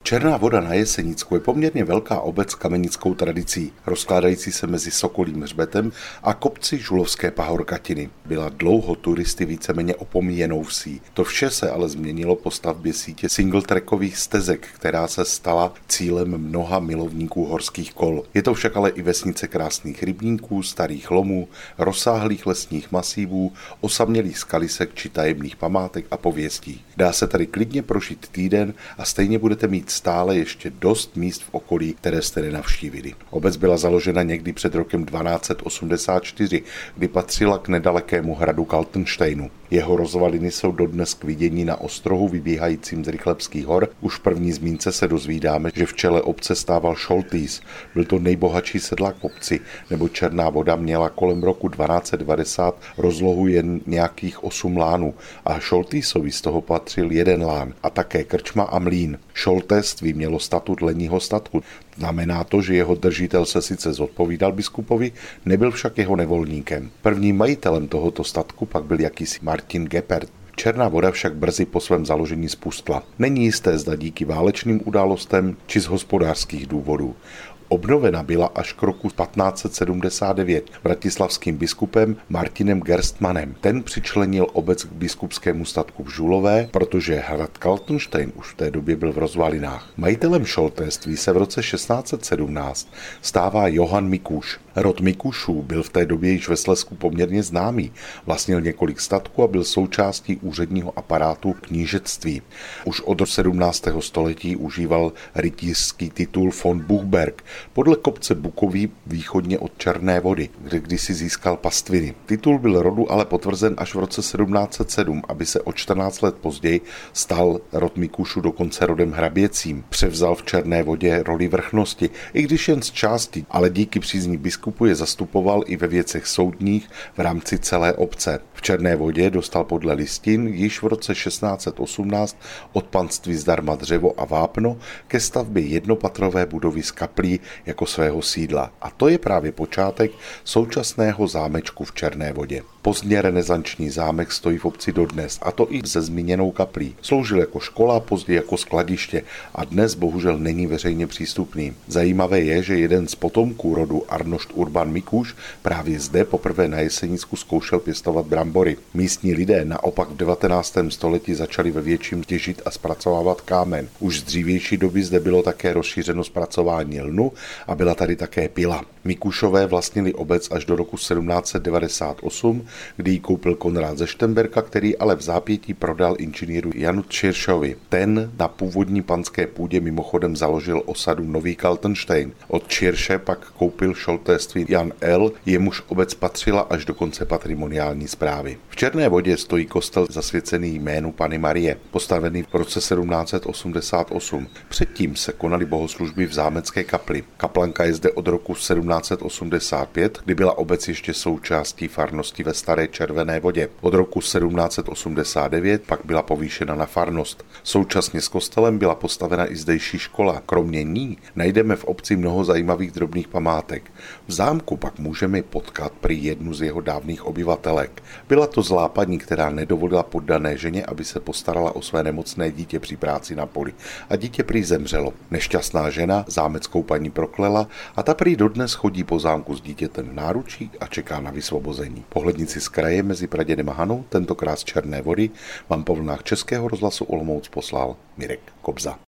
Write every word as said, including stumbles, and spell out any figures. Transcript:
Černá Voda na Jesenicku je poměrně velká obec s kamenickou tradicí, rozkládající se mezi Sokolím hřbetem a kopci Žulovské pahorkatiny. Byla dlouho turisty víceméně opomíjenou vsí. To vše se ale změnilo po stavbě sítě singletrackových stezek, která se stala cílem mnoha milovníků horských kol. Je to však ale i vesnice krásných rybníků, starých lomů, rozsáhlých lesních masívů, osamělých skalisek či tajemných památek a pověstí. Dá se tady klidně prožít týden a stejně budete mít stále ještě dost míst v okolí, které jste nenavštívili. Obec byla založena někdy před rokem dvanáct set osmdesát čtyři, kdy patřila k nedalekému hradu Kaltensteinu. Jeho rozvaliny jsou dodnes k vidění na ostrohu vybíhajícím z Rychlebských hor. Už v první zmínce se dozvídáme, že v čele obce stával Šoltýs. Byl to nejbohatší sedlák v obci, nebo Černá Voda měla kolem roku dvanáct set devadesát rozlohu jen nějakých osm lánů a Šoltýsovi z toho patřil jeden lán a také krčma a mlýn. Šoltéství mělo statut lenního statku. Znamená to, že jeho držitel se sice zodpovídal biskupovi, nebyl však jeho nevolníkem. Prvním majitelem tohoto statku pak byl jakýsi Martin Geppert. Černá Voda však brzy po svém založení spustla. Není jisté, zda díky válečným událostem či z hospodářských důvodů. Obnovena byla až k roku patnáct set sedmdesát devět bratislavským biskupem Martinem Gerstmanem. Ten přičlenil obec k biskupskému statku v Žulové, protože hrad Kaltenstein už v té době byl v rozvalinách. Majitelem šoltéství se v roce šestnáct set sedmnáct stává Johann Mikuš. Rod Mikušů byl v té době již ve Slezsku poměrně známý. Vlastnil několik statků a byl součástí úředního aparátu knížectví. Už od sedmnáctého století užíval rytířský titul von Buchberg podle kopce Bukoví východně od Černé Vody, kde kdysi získal pastviny. Titul byl rodu ale potvrzen až v roce sedmnáct set sedm, aby se o čtrnáct let později stal rod Mikušů dokonce rodem hraběcím. Převzal v Černé Vodě roli vrchnosti, i když jen z části, ale díky přízni biskupu je zastupoval i ve věcech soudních v rámci celé obce. V Černé Vodě dostal podle listin již v roce šestnáct set osmnáct od panství zdarma dřevo a vápno ke stavbě jednopatrové budovy s kaplí jako svého sídla. A to je právě počátek současného zámečku v Černé Vodě. Pozdně renesanční zámek stojí v obci dodnes, a to i se zmíněnou kaplí. Sloužil jako škola, později jako skladiště a dnes bohužel není veřejně přístupný. Zajímavé je, že jeden z potomků rodu Arnošt Urban Mikuš právě zde poprvé na Jesenicku zkoušel pěstovat brambory. Místní lidé naopak v devatenáctém století začali ve větším těžit a zpracovávat kámen. Už z dřívější doby zde bylo také rozšířeno zpracování lnu a byla tady také pila. Mikušové vlastnili obec až do roku sedmnáct set devadesát osm, kdy ji koupil Konrád ze Štemberka, který ale v zápětí prodal inženýru Janu Tschiršovi. Ten na původní panské půdě mimochodem založil osadu Nový Kaltenstein. Od Tschirše pak koupil šoltéství Jan L., jemuž obec patřila až do konce patrimoniální správy. V Černé Vodě stojí kostel zasvěcený jménu Panny Marie, postavený v roce sedmnáct set osmdesát osm. Předtím se konaly bohoslužby v zámecké kapli. Kaplanka je zde od roku sedmnáct set osmdesát pět, kdy byla obec ještě součástí farnosti ve Staré Červené Vodě. Od roku sedmnáct set osmdesát devět pak byla povýšena na farnost. Současně s kostelem byla postavena i zdejší škola. Kromě ní najdeme v obci mnoho zajímavých drobných památek. V zámku pak můžeme potkat prý jednu z jeho dávných obyvatelek. Byla to zlá paní, která nedovolila poddané ženě, aby se postarala o své nemocné dítě při práci na poli. A dítě prý zemřelo. Nešťastná žena zámeckou paní proklela a ta prý dodnes chodí po zámku s dítětem v náručí a čeká na vysvobození. Pohlednici z kraje mezi Pradědem a Hanou, tentokrát z Černé Vody, vám po vlnách Českého rozhlasu Olomouc poslal Mirek Kobza.